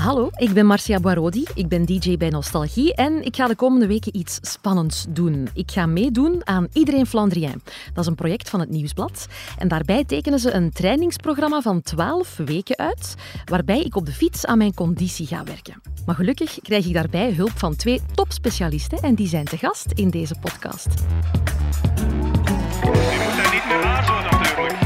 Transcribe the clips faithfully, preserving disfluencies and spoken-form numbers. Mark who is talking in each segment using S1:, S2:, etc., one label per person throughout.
S1: Hallo, ik ben Marcia Boirodi, ik ben D J bij Nostalgie en ik ga de komende weken iets spannends doen. Ik ga meedoen aan Iedereen Flandrien. Dat is een project van het Nieuwsblad. En daarbij tekenen ze een trainingsprogramma van twaalf weken uit, waarbij ik op de fiets aan mijn conditie ga werken. Maar gelukkig krijg ik daarbij hulp van twee topspecialisten en die zijn te gast in deze podcast.
S2: Je moet daar niet meer aarzelen natuurlijk.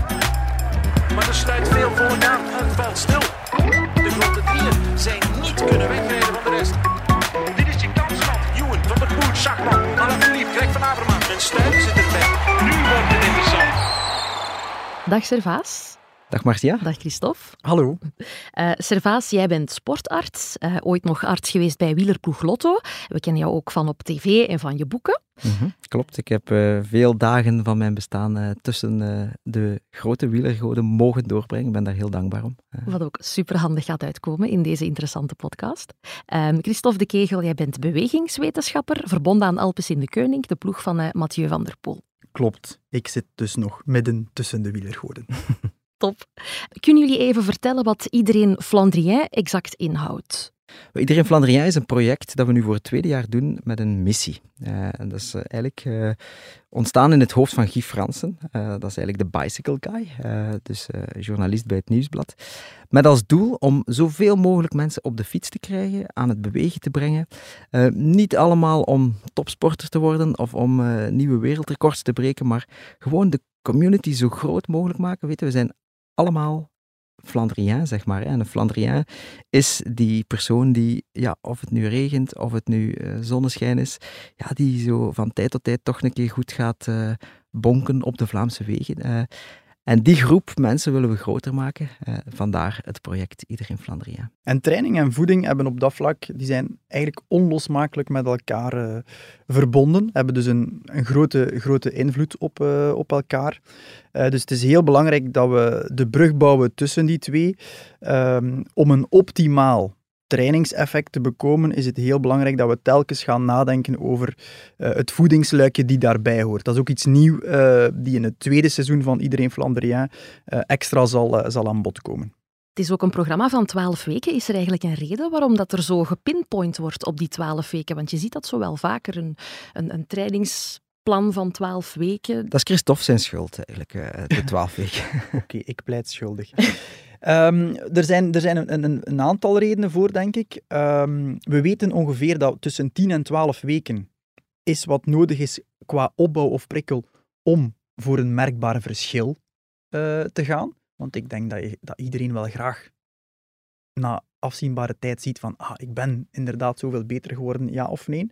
S3: Maar er sluit veel volk aan. Het valt stil. De grote drieën zijn niet kunnen wegrijden van de rest.
S2: Dit is je kansschap.
S3: Ewan, Van der Poel, Schachman, Alaphilippe, Greg van Avermaat. En Stuyven zit erbij.
S2: Nu wordt het interessant.
S1: Dag Servaas.
S4: Dag Marcia.
S1: Dag Christophe.
S4: Hallo.
S1: Uh, Servaas, jij bent sportarts, uh, ooit nog arts geweest bij wielerploeg Lotto. We kennen jou ook van op tv en van je boeken.
S4: Mm-hmm, klopt, ik heb uh, veel dagen van mijn bestaan uh, tussen uh, de grote wielergoden mogen doorbrengen. Ik ben daar heel dankbaar om. Uh.
S1: Wat ook superhandig gaat uitkomen in deze interessante podcast. Um, Christophe de Kegel, jij bent bewegingswetenschapper, verbonden aan Alpes in de Koning, de ploeg van uh, Mathieu van der Poel.
S5: Klopt, ik zit dus nog midden tussen de wielergoden.
S1: Top. Kunnen jullie even vertellen wat Iedereen Flandrien exact inhoudt?
S4: Iedereen Flandrien is een project dat we nu voor het tweede jaar doen met een missie. Uh, en dat is uh, eigenlijk uh, ontstaan in het hoofd van Guy Fransen. Uh, dat is eigenlijk de bicycle guy, uh, dus uh, journalist bij het Nieuwsblad. Met als doel om zoveel mogelijk mensen op de fiets te krijgen, aan het bewegen te brengen. Uh, niet allemaal om topsporter te worden of om uh, nieuwe wereldrecords te breken, maar gewoon de community zo groot mogelijk maken. Weet je, we zijn allemaal Flandrien, zeg maar. En een Flandrien is die persoon die, ja, of het nu regent, of het nu uh, zonneschijn is, ja, die zo van tijd tot tijd toch een keer goed gaat uh, bonken op de Vlaamse wegen. Uh, en die groep mensen willen we groter maken. Uh, vandaar het project Iedereen Flandrien.
S5: En training en voeding hebben op dat vlak, die zijn eigenlijk onlosmakelijk met elkaar uh, verbonden. Hebben dus een, een grote, grote invloed op, uh, op elkaar. Uh, dus het is heel belangrijk dat we de brug bouwen tussen die twee. Um, om een optimaal trainingseffect te bekomen, is het heel belangrijk dat we telkens gaan nadenken over uh, het voedingsluikje die daarbij hoort. Dat is ook iets nieuws uh, die in het tweede seizoen van Iedereen Flandrien uh, extra zal, uh, zal aan bod komen.
S1: Het is ook een programma van twaalf weken. Is er eigenlijk een reden waarom dat er zo gepinpoint wordt op die twaalf weken? Want je ziet dat zo wel vaker, een, een, een trainingsplan van twaalf weken.
S4: Dat is Christophe zijn schuld, eigenlijk, uh, de twaalf weken.
S5: Oké, okay, ik pleit schuldig. Um, er zijn, er zijn een, een, een aantal redenen voor, denk ik. Um, we weten ongeveer dat tussen tien en twaalf weken is wat nodig is qua opbouw of prikkel om voor een merkbaar verschil uh, te gaan. Want ik denk dat, je, dat iedereen wel graag na afzienbare tijd ziet van ah, ik ben inderdaad zoveel beter geworden, ja of nee.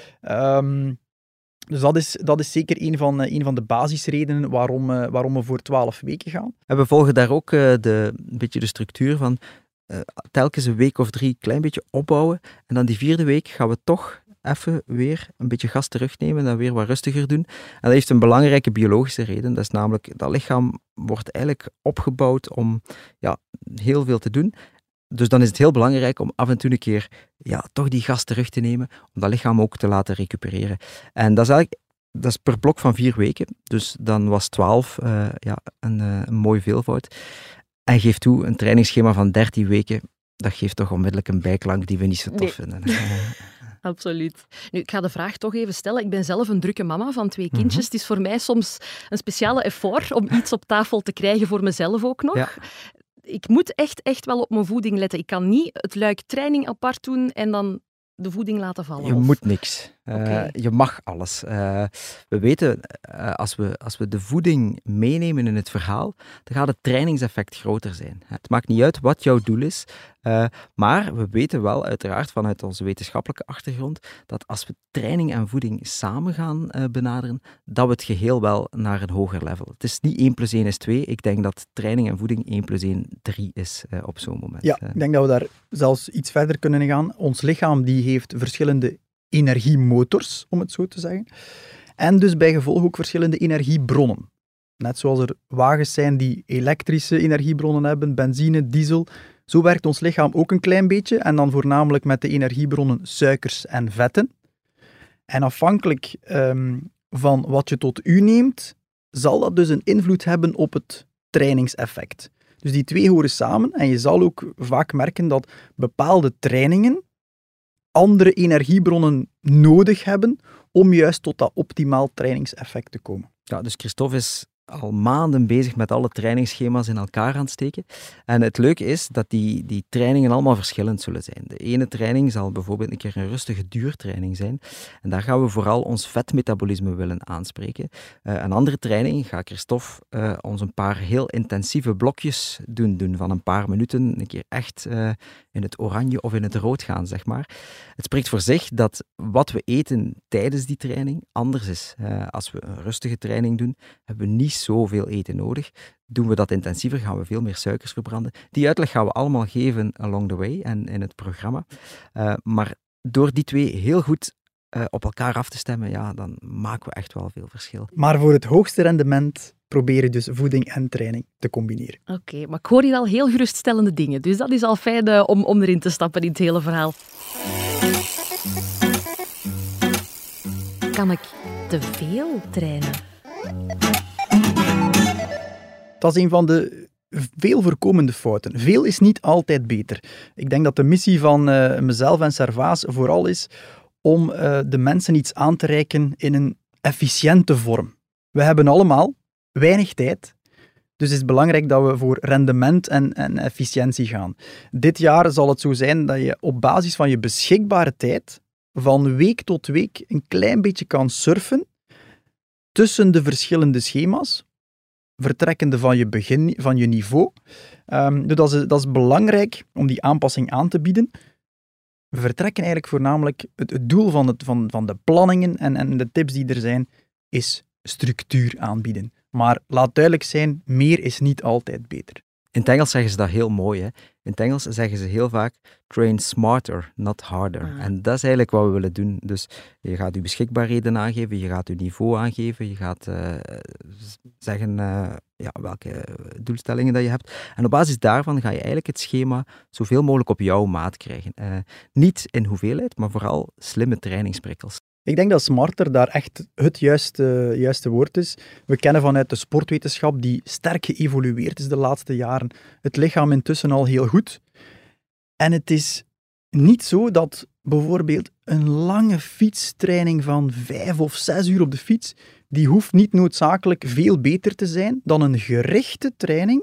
S5: Um, Dus dat is, dat is zeker een van, een van de basisredenen waarom, uh, waarom we voor twaalf weken gaan.
S4: En we volgen daar ook uh, de, een beetje de structuur van uh, telkens een week of drie een klein beetje opbouwen. En dan die vierde week gaan we toch even weer een beetje gas terugnemen en dan weer wat rustiger doen. En dat heeft een belangrijke biologische reden. Dat is namelijk, dat lichaam wordt eigenlijk opgebouwd om ja, heel veel te doen. Dus dan is het heel belangrijk om af en toe een keer ja, toch die gas terug te nemen, om dat lichaam ook te laten recupereren. En dat is eigenlijk dat is per blok van vier weken. Dus dan was twaalf uh, ja, een, uh, een mooi veelvoud. En geef toe, een trainingsschema van dertien weken, dat geeft toch onmiddellijk een bijklank die we niet zo tof nee. vinden.
S1: Absoluut. Nu, ik ga de vraag toch even stellen. Ik ben zelf een drukke mama van twee kindjes.
S4: Mm-hmm.
S1: Het is voor mij soms een speciale effort om iets op tafel te krijgen voor mezelf ook nog. Ja. Ik moet echt, echt wel op mijn voeding letten. Ik kan niet het luik training apart doen en dan de voeding laten vallen.
S4: Je
S1: of...
S4: moet niks. Uh,
S1: okay.
S4: Je mag alles. Uh, we weten, uh, als, we, als we de voeding meenemen in het verhaal, dan gaat het trainingseffect groter zijn. Het maakt niet uit wat jouw doel is, uh, maar we weten wel uiteraard vanuit onze wetenschappelijke achtergrond dat als we training en voeding samen gaan uh, benaderen, dat we het geheel wel naar een hoger level. Het is niet één plus één is twee. Ik denk dat training en voeding één plus één drie is uh, op zo'n moment.
S5: Ja, ik denk dat we daar zelfs iets verder kunnen gaan. Ons lichaam die heeft verschillende energiemotors, om het zo te zeggen. En dus bij gevolg ook verschillende energiebronnen. Net zoals er wagens zijn die elektrische energiebronnen hebben, benzine, diesel. Zo werkt ons lichaam ook een klein beetje. En dan voornamelijk met de energiebronnen suikers en vetten. En afhankelijk um, van wat je tot u neemt, zal dat dus een invloed hebben op het trainingseffect. Dus die twee horen samen en je zal ook vaak merken dat bepaalde trainingen andere energiebronnen nodig hebben om juist tot dat optimaal trainingseffect te komen.
S4: Ja, dus Christophe is al maanden bezig met alle trainingsschema's in elkaar aan het steken. En het leuke is dat die, die trainingen allemaal verschillend zullen zijn. De ene training zal bijvoorbeeld een keer een rustige duurtraining zijn. En daar gaan we vooral ons vetmetabolisme willen aanspreken. Uh, een andere training gaat Christophe uh, ons een paar heel intensieve blokjes doen, doen van een paar minuten, een keer echt uh, in het oranje of in het rood gaan, zeg maar. Het spreekt voor zich dat wat we eten tijdens die training anders is. Uh, als we een rustige training doen, hebben we niet zoveel eten nodig. Doen we dat intensiever, gaan we veel meer suikers verbranden. Die uitleg gaan we allemaal geven along the way en in het programma. Uh, maar door die twee heel goed uh, op elkaar af te stemmen, ja, dan maken we echt wel veel verschil.
S5: Maar voor het hoogste rendement proberen dus voeding en training te combineren.
S1: Oké, okay, maar ik hoor hier al heel geruststellende dingen. Dus dat is al fijn uh, om, om erin te stappen in het hele verhaal. Kan ik te veel trainen?
S5: Dat is een van de veel voorkomende fouten. Veel is niet altijd beter. Ik denk dat de missie van uh, mezelf en Servaas vooral is om uh, de mensen iets aan te reiken in een efficiënte vorm. We hebben allemaal weinig tijd, dus het is belangrijk dat we voor rendement en, en efficiëntie gaan. Dit jaar zal het zo zijn dat je op basis van je beschikbare tijd van week tot week een klein beetje kan surfen tussen de verschillende schema's, vertrekkende van je begin, van je niveau. Um, dus dat is, dat is belangrijk om die aanpassing aan te bieden. We vertrekken eigenlijk voornamelijk, het, het doel van, het, van, van de planningen en, en de tips die er zijn, is structuur aanbieden. Maar laat duidelijk zijn, meer is niet altijd beter.
S4: In het Engels zeggen ze dat heel mooi. Hè? In het Engels zeggen ze heel vaak train smarter, not harder. Ah. En dat is eigenlijk wat we willen doen. Dus je gaat je beschikbaarheden aangeven, je gaat je niveau aangeven, je gaat uh, zeggen uh, ja, welke doelstellingen dat je hebt. En op basis daarvan ga je eigenlijk het schema zoveel mogelijk op jouw maat krijgen. Uh, niet in hoeveelheid, maar vooral slimme trainingsprikkels.
S5: Ik denk dat smarter daar echt het juiste, juiste woord is. We kennen vanuit de sportwetenschap, die sterk geëvolueerd is de laatste jaren, het lichaam intussen al heel goed. En het is niet zo dat bijvoorbeeld een lange fietstraining van vijf of zes uur op de fiets, die hoeft niet noodzakelijk veel beter te zijn dan een gerichte training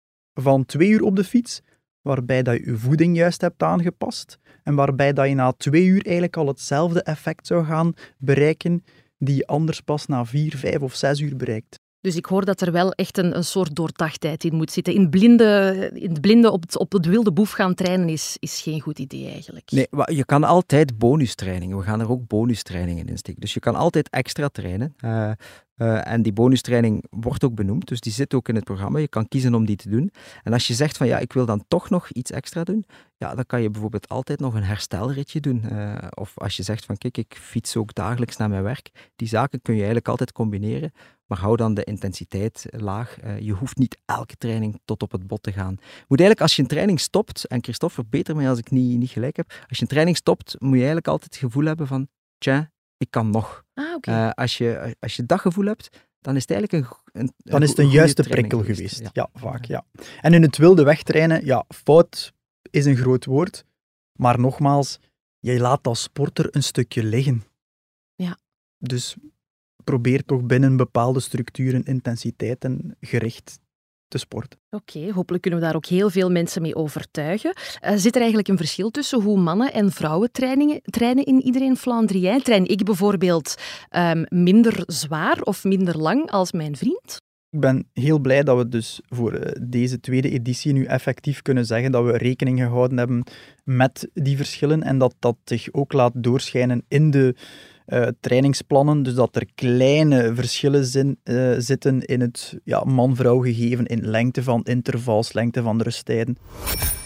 S5: van twee uur op de fiets, waarbij dat je je voeding juist hebt aangepast en waarbij dat je na twee uur eigenlijk al hetzelfde effect zou gaan bereiken die je anders pas na vier, vijf of zes uur bereikt.
S1: Dus ik hoor dat er wel echt een, een soort doordachtheid in moet zitten. In, blinde, in het blinde op het, op het wilde boef gaan trainen is, is geen goed idee eigenlijk.
S4: Nee, je kan altijd bonustrainingen. We gaan er ook bonustrainingen in steken. Dus je kan altijd extra trainen. Uh, uh, en die bonustraining wordt ook benoemd. Dus die zit ook in het programma. Je kan kiezen om die te doen. En als je zegt van ja, ik wil dan toch nog iets extra doen, ja, dan kan je bijvoorbeeld altijd nog een herstelritje doen. Uh, of als je zegt van kijk, ik fiets ook dagelijks naar mijn werk. Die zaken kun je eigenlijk altijd combineren. Maar hou dan de intensiteit laag. Uh, je hoeft niet elke training tot op het bot te gaan. Je moet eigenlijk, als je een training stopt, en Christophe, verbeter mij als ik niet, niet gelijk heb, als je een training stopt, moet je eigenlijk altijd het gevoel hebben van, tja, ik kan nog.
S1: Ah, okay.
S4: uh, als, je, als je dat gevoel hebt, dan is het eigenlijk een, een
S5: Dan is het een juiste prikkel geweest. geweest. Ja. ja, vaak, ja. En in het wilde wegtrainen, ja, fout is een groot woord, maar nogmaals, jij laat als sporter een stukje liggen.
S1: Ja.
S5: Dus probeer toch binnen bepaalde structuren, intensiteit en gericht te sporten.
S1: Oké, okay, hopelijk kunnen we daar ook heel veel mensen mee overtuigen. Uh, zit er eigenlijk een verschil tussen hoe mannen en vrouwen trainingen, trainen in Iedereen Flandrien? Train ik bijvoorbeeld um, minder zwaar of minder lang als mijn vriend?
S5: Ik ben heel blij dat we dus voor uh, deze tweede editie nu effectief kunnen zeggen dat we rekening gehouden hebben met die verschillen en dat dat zich ook laat doorschijnen in de Uh, trainingsplannen, dus dat er kleine verschillen zin, uh, zitten in het ja, man-vrouw gegeven, in lengte van intervals, lengte van rusttijden.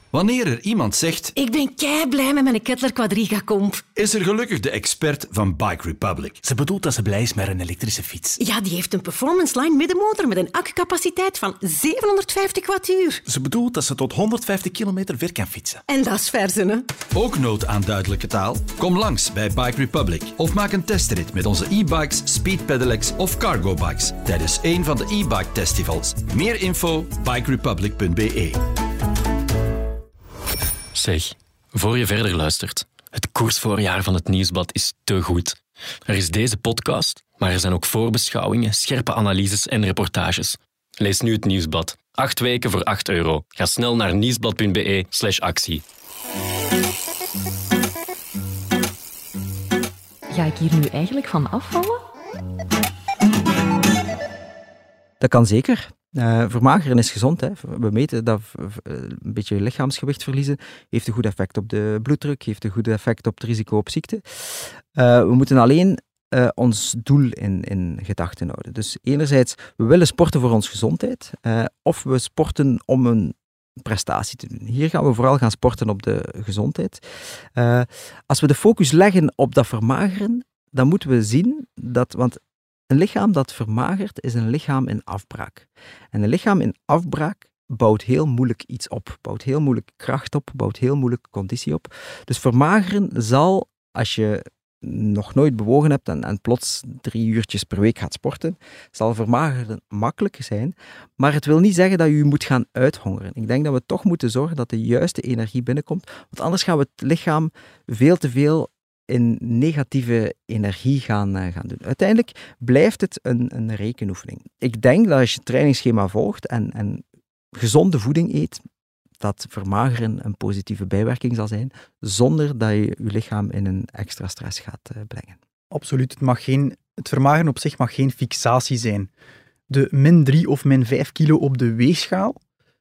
S6: Wanneer er iemand zegt...
S7: Ik ben kei blij met mijn Kettler Quadriga Comp.
S6: Is er gelukkig de expert van Bike Republic.
S8: Ze bedoelt dat ze blij is met een elektrische fiets.
S7: Ja, die heeft een Performance Line middenmotor met een accupaciteit van zevenhonderdvijftig wattuur.
S8: Ze bedoelt dat ze tot honderdvijftig kilometer ver kan fietsen.
S7: En dat is verzen, hè?
S6: Ook nood aan duidelijke taal? Kom langs bij Bike Republic of maak een testrit met onze e-bikes, speed pedelecs of cargo bikes tijdens een van de e-bike festivals. Meer info bike republic punt b e.
S9: Zeg, voor je verder luistert, het koersvoorjaar van het Nieuwsblad is te goed. Er is deze podcast, maar er zijn ook voorbeschouwingen, scherpe analyses en reportages. Lees nu het Nieuwsblad. Acht weken voor acht euro. Ga snel naar nieuwsblad punt b e slash actie.
S1: Ga ik hier nu eigenlijk van afvallen?
S4: Dat kan zeker. Uh, vermageren is gezond. Hè. We meten dat een beetje lichaamsgewicht verliezen heeft een goed effect op de bloeddruk, heeft een goed effect op het risico op ziekte. Uh, we moeten alleen uh, ons doel in, in gedachten houden. Dus enerzijds, we willen sporten voor onze gezondheid, uh, of we sporten om een prestatie te doen. Hier gaan we vooral gaan sporten op de gezondheid. Uh, als we de focus leggen op dat vermageren, dan moeten we zien dat... Want een lichaam dat vermagert is een lichaam in afbraak. En een lichaam in afbraak bouwt heel moeilijk iets op. Bouwt heel moeilijk kracht op, bouwt heel moeilijk conditie op. Dus vermageren zal, als je nog nooit bewogen hebt en, en plots drie uurtjes per week gaat sporten, zal vermageren makkelijk zijn, maar het wil niet zeggen dat je je moet gaan uithongeren. Ik denk dat we toch moeten zorgen dat de juiste energie binnenkomt, want anders gaan we het lichaam veel te veel in negatieve energie gaan, uh, gaan doen. Uiteindelijk blijft het een, een rekenoefening. Ik denk dat als je het trainingsschema volgt en, en gezonde voeding eet, dat vermageren een positieve bijwerking zal zijn, zonder dat je je lichaam in een extra stress gaat uh, brengen.
S5: Absoluut. Het, mag geen, het vermageren op zich mag geen fixatie zijn. De min drie of min vijf kilo op de weegschaal,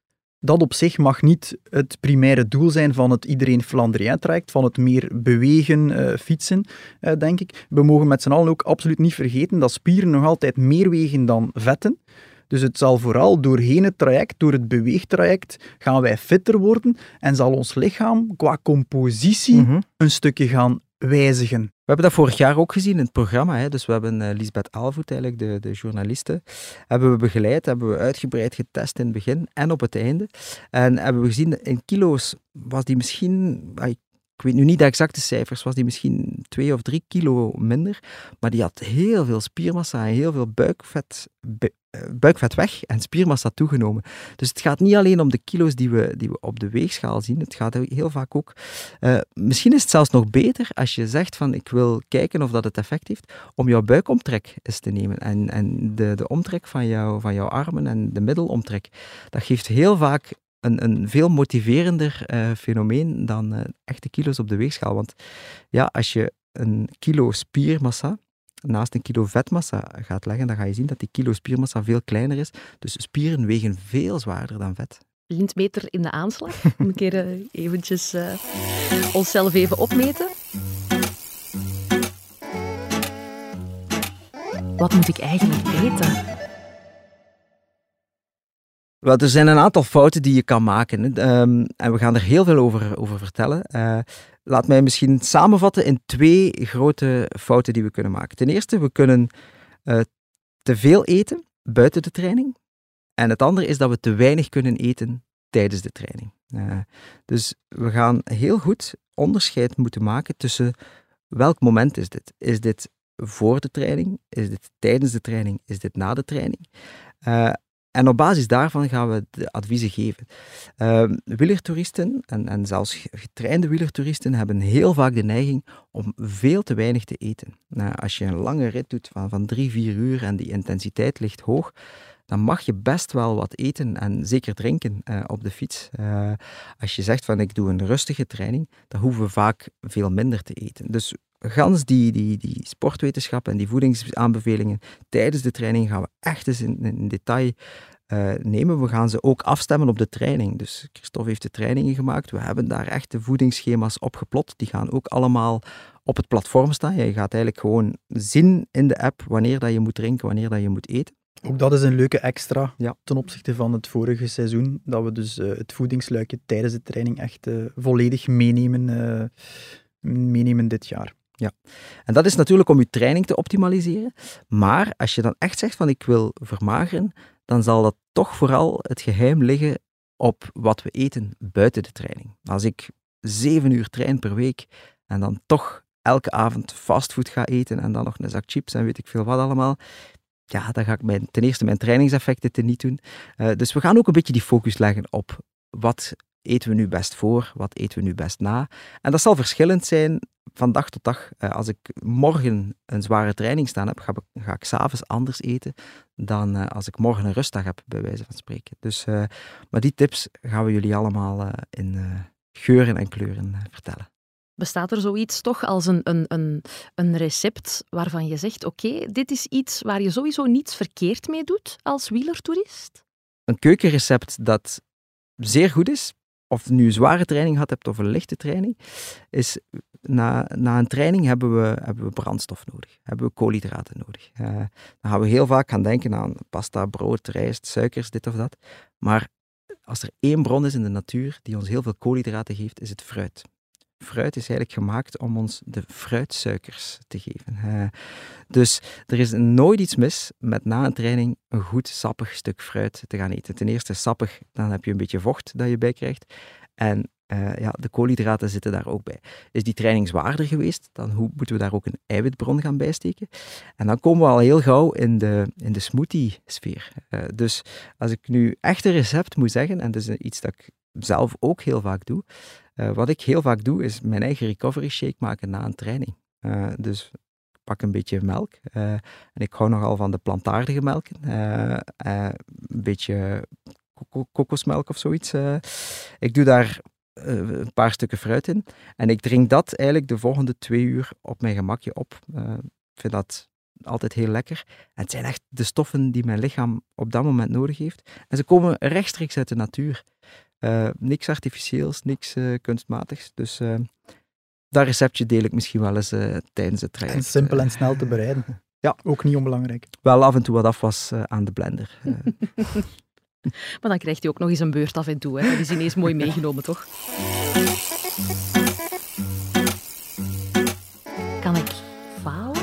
S5: dat op zich mag niet het primaire doel zijn van het Iedereen Flandrien-traject, van het meer bewegen, uh, fietsen, uh, denk ik. We mogen met z'n allen ook absoluut niet vergeten dat spieren nog altijd meer wegen dan vetten. Dus het zal vooral doorheen het traject, door het beweegtraject, gaan wij fitter worden en zal ons lichaam qua compositie mm-hmm. een stukje gaan wijzigen.
S4: We hebben dat vorig jaar ook gezien in het programma. Hè. Dus we hebben uh, Lisbeth Aalvoet, eigenlijk de, de journaliste, hebben we begeleid, hebben we uitgebreid getest in het begin en op het einde. En hebben we gezien, in kilo's was die misschien... Ik weet nu niet de exacte cijfers, was die misschien twee of drie kilo minder, maar die had heel veel spiermassa en heel veel buikvet, bu- buikvet weg en spiermassa toegenomen. Dus het gaat niet alleen om de kilo's die we, die we op de weegschaal zien, het gaat heel vaak ook... Uh, misschien is het zelfs nog beter als je zegt van ik wil kijken of dat het effect heeft, om jouw buikomtrek eens te nemen en, en de, de omtrek van, jou, van jouw armen en de middelomtrek. Dat geeft heel vaak Een, een veel motiverender uh, fenomeen dan uh, echte kilo's op de weegschaal. Want ja, als je een kilo spiermassa naast een kilo vetmassa gaat leggen, dan ga je zien dat die kilo spiermassa veel kleiner is. Dus spieren wegen veel zwaarder dan vet.
S1: Lintmeter in de aanslag. Een keer uh, eventjes uh, onszelf even opmeten. Wat moet ik eigenlijk eten?
S4: Wel, er zijn een aantal fouten die je kan maken. Um, en we gaan er heel veel over, over vertellen. Uh, laat mij misschien samenvatten in twee grote fouten die we kunnen maken. Ten eerste, we kunnen uh, te veel eten buiten de training. En het andere is dat we te weinig kunnen eten tijdens de training. Uh, dus we gaan heel goed onderscheid moeten maken tussen welk moment is dit. Is dit voor de training? Is dit tijdens de training? Is dit na de training? Uh, En op basis daarvan gaan we de adviezen geven. Uh, wielertoeristen en, en zelfs getrainde wielertoeristen hebben heel vaak de neiging om veel te weinig te eten. Uh, als je een lange rit doet van, van drie, vier uur en die intensiteit ligt hoog, dan mag je best wel wat eten en zeker drinken uh, op de fiets. Uh, als je zegt van ik doe een rustige training, dan hoeven we vaak veel minder te eten. Dus gans die, die, die sportwetenschap en die voedingsaanbevelingen tijdens de training gaan we echt eens in, in detail uh, nemen. We gaan ze ook afstemmen op de training. Dus Christophe heeft de trainingen gemaakt. We hebben daar echt de voedingsschema's op geplot. Die gaan ook allemaal op het platform staan. Je gaat eigenlijk gewoon zien in de app wanneer dat je moet drinken, wanneer dat je moet eten.
S5: Ook dat is een leuke extra
S4: Ja.
S5: ten opzichte van het vorige seizoen, dat we dus uh, het voedingsluikje tijdens de training echt uh, volledig meenemen, uh, meenemen dit jaar.
S4: Ja, en dat is natuurlijk om je training te optimaliseren, maar als je dan echt zegt van ik wil vermageren, dan zal dat toch vooral het geheim liggen op wat we eten buiten de training. Als ik zeven uur train per week en dan toch elke avond fastfood ga eten en dan nog een zak chips en weet ik veel wat allemaal, ja, dan ga ik mijn, ten eerste mijn trainingseffecten teniet doen. Uh, dus we gaan ook een beetje die focus leggen op wat eten we nu best voor, wat eten we nu best na. En dat zal verschillend zijn van dag tot dag. Uh, als ik morgen een zware training staan heb, ga ik, ga ik 's avonds anders eten dan uh, als ik morgen een rustdag heb, bij wijze van spreken. Dus, uh, maar die tips gaan we jullie allemaal uh, in uh, geuren en kleuren uh, vertellen.
S1: Bestaat er zoiets toch als een, een, een, een recept waarvan je zegt, oké, okay, dit is iets waar je sowieso niets verkeerd mee doet als wielertoerist?
S4: Een keukenrecept dat zeer goed is, of je nu een zware training gehad hebt of een lichte training, is na, na een training hebben we, hebben we brandstof nodig, hebben we koolhydraten nodig. Uh, dan gaan we heel vaak gaan denken aan pasta, brood, rijst, suikers, dit of dat. Maar als er één bron is in de natuur die ons heel veel koolhydraten geeft, is het fruit. Fruit is eigenlijk gemaakt om ons de fruitsuikers te geven. Uh, dus er is nooit iets mis met na een training een goed sappig stuk fruit te gaan eten. Ten eerste sappig, dan heb je een beetje vocht dat je bij krijgt. En uh, ja, de koolhydraten zitten daar ook bij. Is die training zwaarder geweest, dan hoe, moeten we daar ook een eiwitbron gaan bijsteken. En dan komen we al heel gauw in de, in de smoothie-sfeer. Uh, dus als ik nu echt een recept moet zeggen, en dat is iets dat ik zelf ook heel vaak doe, Uh, wat ik heel vaak doe, is mijn eigen recovery shake maken na een training. Uh, dus ik pak een beetje melk. Uh, en ik hou nogal van de plantaardige melken. Uh, uh, een beetje koko- kokosmelk of zoiets. Uh, ik doe daar uh, een paar stukken fruit in. En ik drink dat eigenlijk de volgende twee uur op mijn gemakje op. Uh, ik vind dat altijd heel lekker. En het zijn echt de stoffen die mijn lichaam op dat moment nodig heeft. En ze komen rechtstreeks uit de natuur. Uh, niks artificieels, niks uh, kunstmatigs. Dus uh, dat receptje deel ik misschien wel eens uh, tijdens het traject.
S5: En simpel en snel te bereiden.
S4: Ja.
S5: Ook niet onbelangrijk.
S4: Wel af en toe wat afwas uh, aan de blender. Uh.
S1: Maar dan krijgt hij ook nog eens een beurt af en toe. Hè. Dat is ineens mooi meegenomen, toch? Kan ik falen?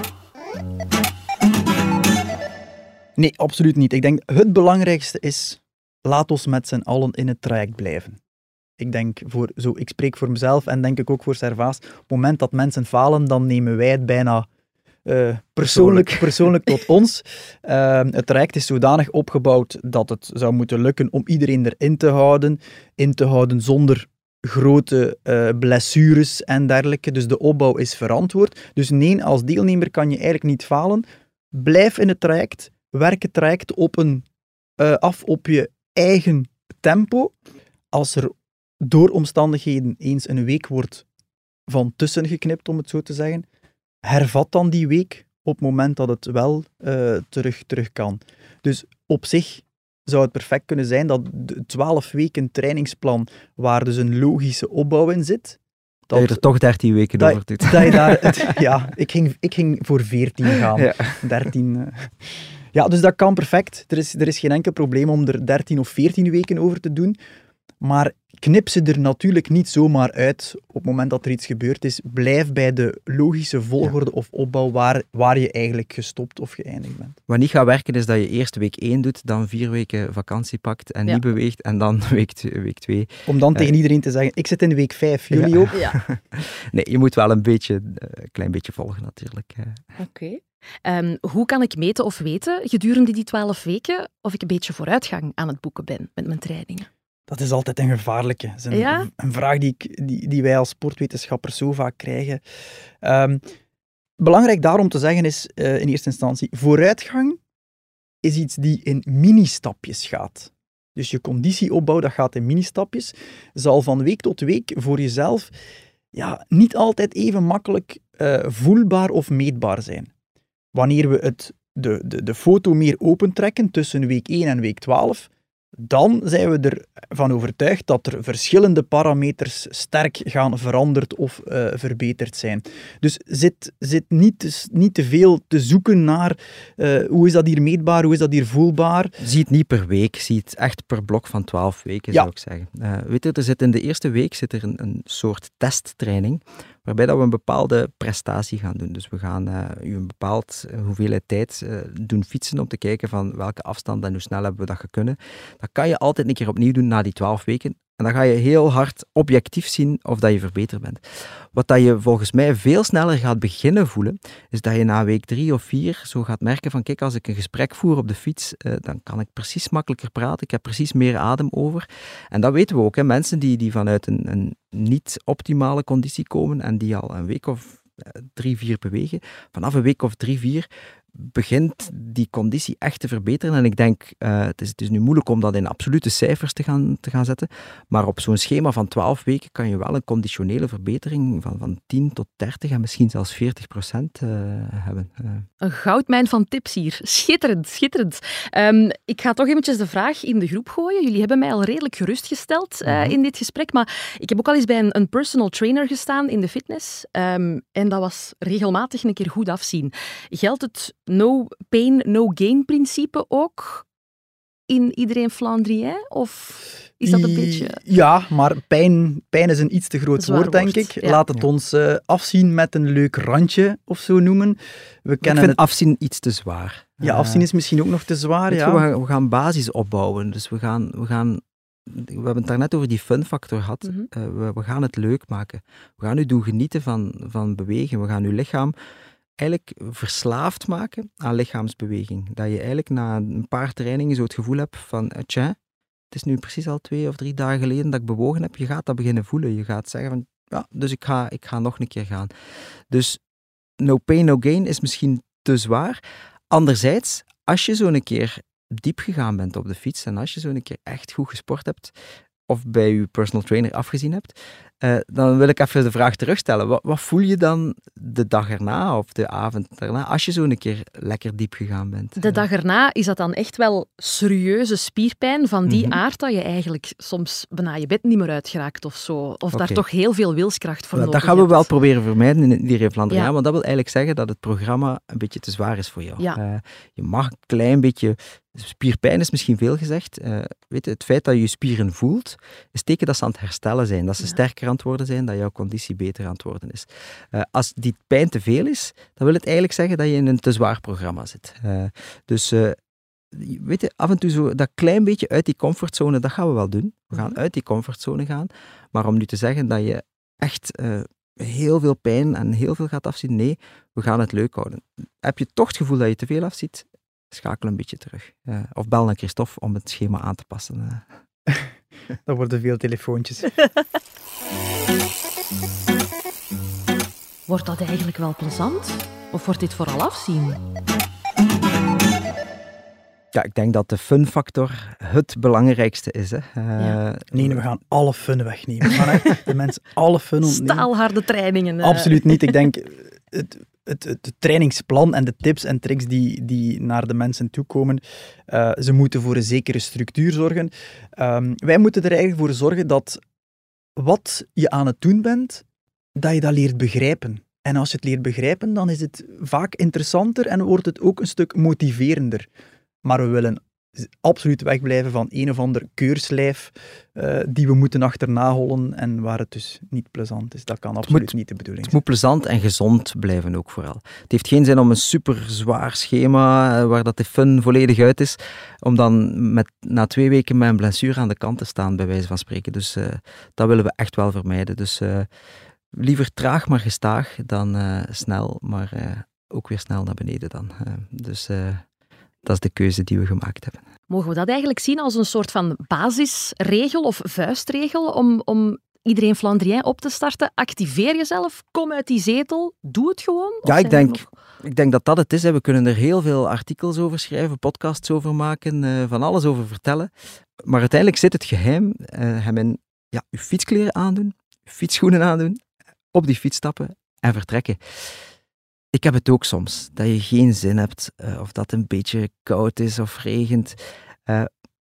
S5: Nee, absoluut niet. Ik denk het belangrijkste is, laat ons met z'n allen in het traject blijven. Ik denk, voor, zo, ik spreek voor mezelf en denk ik ook voor Servaas, op het moment dat mensen falen, dan nemen wij het bijna uh, persoonlijk, persoonlijk tot ons. Uh, het traject is zodanig opgebouwd dat het zou moeten lukken om iedereen erin te houden, in te houden zonder grote uh, blessures en dergelijke. Dus de opbouw is verantwoord. Dus nee, als deelnemer kan je eigenlijk niet falen. Blijf in het traject, werk het traject op een, uh, af op je eigen tempo. Als er door omstandigheden eens een week wordt van tussen geknipt, om het zo te zeggen, hervat dan die week op het moment dat het wel uh, terug, terug kan. Dus op zich zou het perfect kunnen zijn dat de twaalf weken trainingsplan, waar dus een logische opbouw in zit,
S4: dat, dat je er toch dertien weken
S5: dat,
S4: over doet.
S5: Dat je daar het, ja, ik ging, ik ging voor veertien gaan. Ja. dertien... Uh, Ja, dus dat kan perfect. Er is, er is geen enkel probleem om er dertien of veertien weken over te doen. Maar knip ze er natuurlijk niet zomaar uit op het moment dat er iets gebeurd is. Blijf bij de logische volgorde ja. of opbouw waar, waar je eigenlijk gestopt of geëindigd bent.
S4: Wat niet gaat werken is dat je eerst week één doet, dan vier weken vakantie pakt en ja. niet beweegt en dan week, week twee.
S5: Om dan uh, tegen iedereen te zeggen, ik zit in week vijf, jullie ja. ook?
S1: Ja.
S4: Nee, je moet wel een beetje, een klein beetje volgen natuurlijk.
S1: Oké. Okay. Um, hoe kan ik meten of weten gedurende die twaalf weken of ik een beetje vooruitgang aan het boeken ben met mijn trainingen?
S5: Dat is altijd een gevaarlijke. Dat is een,
S1: ja?
S5: een vraag die, ik, die, die wij als sportwetenschappers zo vaak krijgen. Um, belangrijk daarom te zeggen is, uh, in eerste instantie, vooruitgang is iets die in mini-stapjes gaat. Dus je conditieopbouw, dat gaat in mini-stapjes, zal van week tot week voor jezelf ja, niet altijd even makkelijk uh, voelbaar of meetbaar zijn. Wanneer we het, de, de, de foto meer opentrekken tussen week één en week twaalf, dan zijn we ervan overtuigd dat er verschillende parameters sterk gaan veranderd of uh, verbeterd zijn. Dus zit, zit niet, te, niet te veel te zoeken naar uh, hoe is dat hier meetbaar, hoe is dat hier voelbaar.
S4: Zie het niet per week, zie het echt per blok van twaalf weken,
S5: ja.
S4: zou ik zeggen. Uh, weet je, er zit in de eerste week zit er een, een soort testtraining, waarbij dat we een bepaalde prestatie gaan doen. Dus we gaan uh, u een bepaald hoeveelheid tijd uh, doen fietsen om te kijken van welke afstand en hoe snel hebben we dat kunnen. Dat kan je altijd een keer opnieuw doen na die twaalf weken. En dan ga je heel hard objectief zien of dat je verbeterd bent. Wat dat je volgens mij veel sneller gaat beginnen voelen, is dat je na week drie of vier zo gaat merken van kijk, als ik een gesprek voer op de fiets, uh, dan kan ik precies makkelijker praten, ik heb precies meer adem over. En dat weten we ook, hè. Mensen die, die vanuit een, een niet-optimale conditie komen en die al een week of uh, drie, vier bewegen, vanaf een week of drie, vier begint die conditie echt te verbeteren. En ik denk, uh, het, is, het is nu moeilijk om dat in absolute cijfers te gaan, te gaan zetten, maar op zo'n schema van twaalf weken kan je wel een conditionele verbetering van, van tien tot dertig en misschien zelfs veertig procent uh, hebben. Uh.
S1: Een goudmijn van tips hier. Schitterend, schitterend. Um, ik ga toch eventjes de vraag in de groep gooien. Jullie hebben mij al redelijk gerustgesteld uh, mm-hmm. in dit gesprek, maar ik heb ook al eens bij een, een personal trainer gestaan in de fitness um, en dat was regelmatig een keer goed afzien. Geldt het no pain, no gain principe ook in Iedereen Flandrien? Of is dat een beetje...
S5: Ja, maar pijn, pijn is een iets te groot woord, denk
S1: woord.
S5: ik.
S1: Ja.
S5: Laat het ons uh, afzien met een leuk randje, of zo noemen. We
S4: ik vind het... afzien iets te zwaar.
S5: Ja, afzien is misschien ook nog te zwaar, ja.
S4: Je, we, gaan, we gaan basis opbouwen, dus we gaan... We gaan We hebben het daarnet over die fun-factor gehad. Mm-hmm. Uh, we, we gaan het leuk maken. We gaan u doen genieten van, van bewegen. We gaan uw lichaam eigenlijk verslaafd maken aan lichaamsbeweging. Dat je eigenlijk na een paar trainingen zo het gevoel hebt van, tja, het is nu precies al twee of drie dagen geleden dat ik bewogen heb. Je gaat dat beginnen voelen. Je gaat zeggen van, ja, dus ik ga, ik ga nog een keer gaan. Dus no pain, no gain is misschien te zwaar. Anderzijds, als je zo een keer diep gegaan bent op de fiets en als je zo een keer echt goed gesport hebt of bij je personal trainer afgezien hebt, uh, dan wil ik even de vraag terugstellen. Wat, wat voel je dan de dag erna of de avond erna als je zo een keer lekker diep gegaan bent?
S1: De dag erna is dat dan echt wel serieuze spierpijn van die mm-hmm. aard dat je eigenlijk soms bijna je bed niet meer uitgeraakt of zo. Of okay. daar toch heel veel wilskracht voor
S4: ja,
S1: nodig
S4: Dat gaan we
S1: hebt.
S4: wel proberen vermijden in Iedereen Flandrien,
S1: ja.
S4: want dat wil eigenlijk zeggen dat het programma een beetje te zwaar is voor jou.
S1: Ja.
S4: Uh, je mag een klein beetje... Spierpijn is misschien veel gezegd. Uh, weet je, het feit dat je je spieren voelt, is teken dat ze aan het herstellen zijn, dat ze ja. sterker aan het worden zijn, dat jouw conditie beter aan het worden is. Uh, als die pijn te veel is, dan wil het eigenlijk zeggen dat je in een te zwaar programma zit. Uh, dus uh, weet je, af en toe zo dat klein beetje uit die comfortzone, dat gaan we wel doen. We gaan uit die comfortzone gaan, maar om nu te zeggen dat je echt uh, heel veel pijn en heel veel gaat afzien, nee, we gaan het leuk houden. Heb je toch het gevoel dat je te veel afziet, schakel een beetje terug. Uh, of bel naar Christophe om het schema aan te passen. Uh.
S5: Dat worden veel telefoontjes.
S1: Wordt dat eigenlijk wel plezant? Of wordt dit vooral afzien?
S4: Ja, ik denk dat de fun-factor het belangrijkste is. Hè. Uh,
S5: ja. Nee, we gaan alle fun wegnemen. We gaan echt de mensen alle fun ontnemen.
S1: Staalharde trainingen. Uh.
S5: Absoluut niet. Ik denk... Het, Het, het, het trainingsplan en de tips en tricks die, die naar de mensen toekomen, uh, ze moeten voor een zekere structuur zorgen. Um, wij moeten er eigenlijk voor zorgen dat wat je aan het doen bent, dat je dat leert begrijpen. En als je het leert begrijpen, dan is het vaak interessanter en wordt het ook een stuk motiverender. Maar we willen absoluut wegblijven van een of ander keurslijf uh, die we moeten achterna hollen en waar het dus niet plezant is. Dat kan absoluut
S4: moet,
S5: niet de bedoeling
S4: het
S5: zijn.
S4: Het moet plezant en gezond blijven ook vooral. Het heeft geen zin om een super zwaar schema uh, waar dat de fun volledig uit is, om dan met, na twee weken met een blessure aan de kant te staan, bij wijze van spreken. Dus uh, dat willen we echt wel vermijden. Dus uh, liever traag maar gestaag dan uh, snel, maar uh, ook weer snel naar beneden dan. Uh, dus... Uh, Dat is de keuze die we gemaakt hebben.
S1: Mogen we dat eigenlijk zien als een soort van basisregel of vuistregel om, om Iedereen Flandrien op te starten? Activeer jezelf, kom uit die zetel, doe het gewoon?
S4: Ja, ik denk, nog... ik denk dat dat het is. Hè. We kunnen er heel veel artikels over schrijven, podcasts over maken, uh, van alles over vertellen. Maar uiteindelijk zit het geheim uh, hem in ja, je fietskleren aandoen, je fietsschoenen aandoen, op die fiets stappen en vertrekken. Ik heb het ook soms, dat je geen zin hebt, uh, of dat het een beetje koud is of regent. Uh,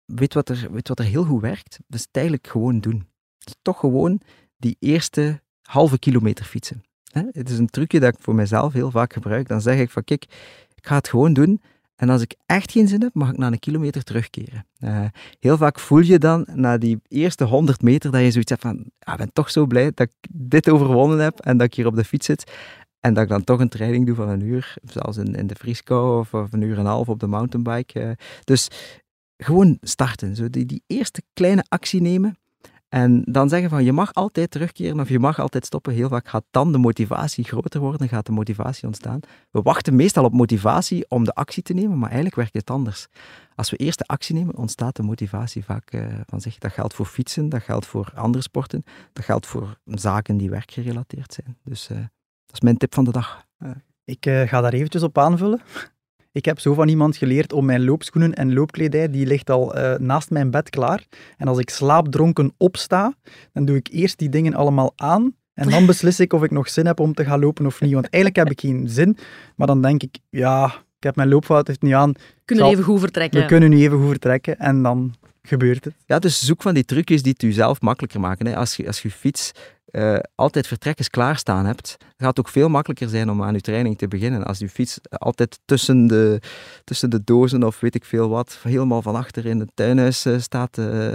S4: weet wat er, weet wat er heel goed werkt? Dat is het eigenlijk gewoon doen. Dus toch gewoon die eerste halve kilometer fietsen. Hè? Het is een trucje dat ik voor mezelf heel vaak gebruik. Dan zeg ik van, kijk, ik ga het gewoon doen. En als ik echt geen zin heb, mag ik na een kilometer terugkeren. Uh, heel vaak voel je dan, na die eerste honderd meter, dat je zoiets hebt van, ah, ik ben toch zo blij dat ik dit overwonnen heb en dat ik hier op de fiets zit. En dat ik dan toch een training doe van een uur, zelfs in, in de vrieskou of, of een uur en een half op de mountainbike. Uh, dus gewoon starten, zo die, die eerste kleine actie nemen. En dan zeggen van, je mag altijd terugkeren of je mag altijd stoppen. Heel vaak gaat dan de motivatie groter worden, gaat de motivatie ontstaan. We wachten meestal op motivatie om de actie te nemen, maar eigenlijk werkt het anders. Als we eerst de actie nemen, ontstaat de motivatie vaak uh, van zich. Dat geldt voor fietsen, dat geldt voor andere sporten, dat geldt voor zaken die werkgerelateerd zijn. Dus uh, dat is mijn tip van de dag. Uh.
S5: Ik uh, ga daar eventjes op aanvullen. Ik heb zo van iemand geleerd om mijn loopschoenen en loopkledij, die ligt al uh, naast mijn bed klaar. En als ik slaapdronken opsta, dan doe ik eerst die dingen allemaal aan en dan beslis ik of ik nog zin heb om te gaan lopen of niet. Want eigenlijk heb ik geen zin, maar dan denk ik, ja, ik heb mijn loopfout heeft niet aan.
S1: We kunnen
S5: zal,
S1: even goed vertrekken.
S5: We kunnen nu even goed vertrekken en dan gebeurt het.
S4: Ja, dus zoek van die trucjes die het u zelf makkelijker maken. Hè. Als je als je fiets uh, altijd vertrekkers klaarstaan hebt, gaat het ook veel makkelijker zijn om aan je training te beginnen. Als je fiets altijd tussen de, tussen de dozen of weet ik veel wat, helemaal van achter in het tuinhuis uh, staat uh,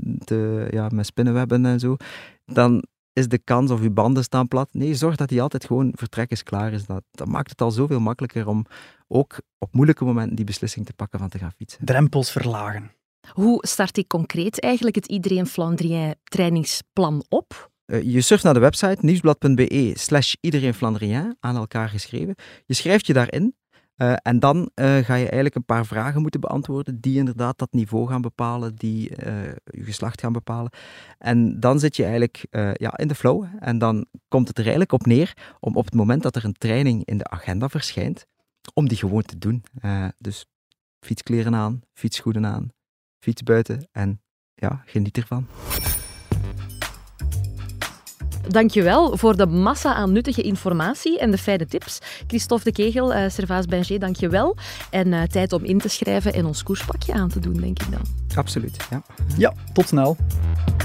S4: te, ja, met spinnenwebben en zo, dan is de kans of je banden staan plat. Nee, zorg dat die altijd gewoon vertrekkers klaar is. Dat, dat maakt het al zoveel makkelijker om ook op moeilijke momenten die beslissing te pakken van te gaan fietsen.
S5: Drempels verlagen.
S1: Hoe start ik concreet eigenlijk het Iedereen Flandrien trainingsplan op?
S4: Uh, je surft naar de website nieuwsblad.be slash Iedereen Flandrien, aan elkaar geschreven. Je schrijft je daarin uh, en dan uh, ga je eigenlijk een paar vragen moeten beantwoorden die inderdaad dat niveau gaan bepalen, die uh, je geslacht gaan bepalen. En dan zit je eigenlijk uh, ja, in de flow en dan komt het er eigenlijk op neer om op het moment dat er een training in de agenda verschijnt, om die gewoon te doen. Uh, dus fietskleren aan, fietsschoenen aan, fiets buiten en ja, geniet ervan.
S1: Dankjewel voor de massa aan nuttige informatie en de fijne tips. Christophe de Kegel, uh, Servaas Benjé, dankjewel. En uh, tijd om in te schrijven en ons koerspakje aan te doen, denk ik dan.
S4: Absoluut, ja.
S5: Ja, tot snel.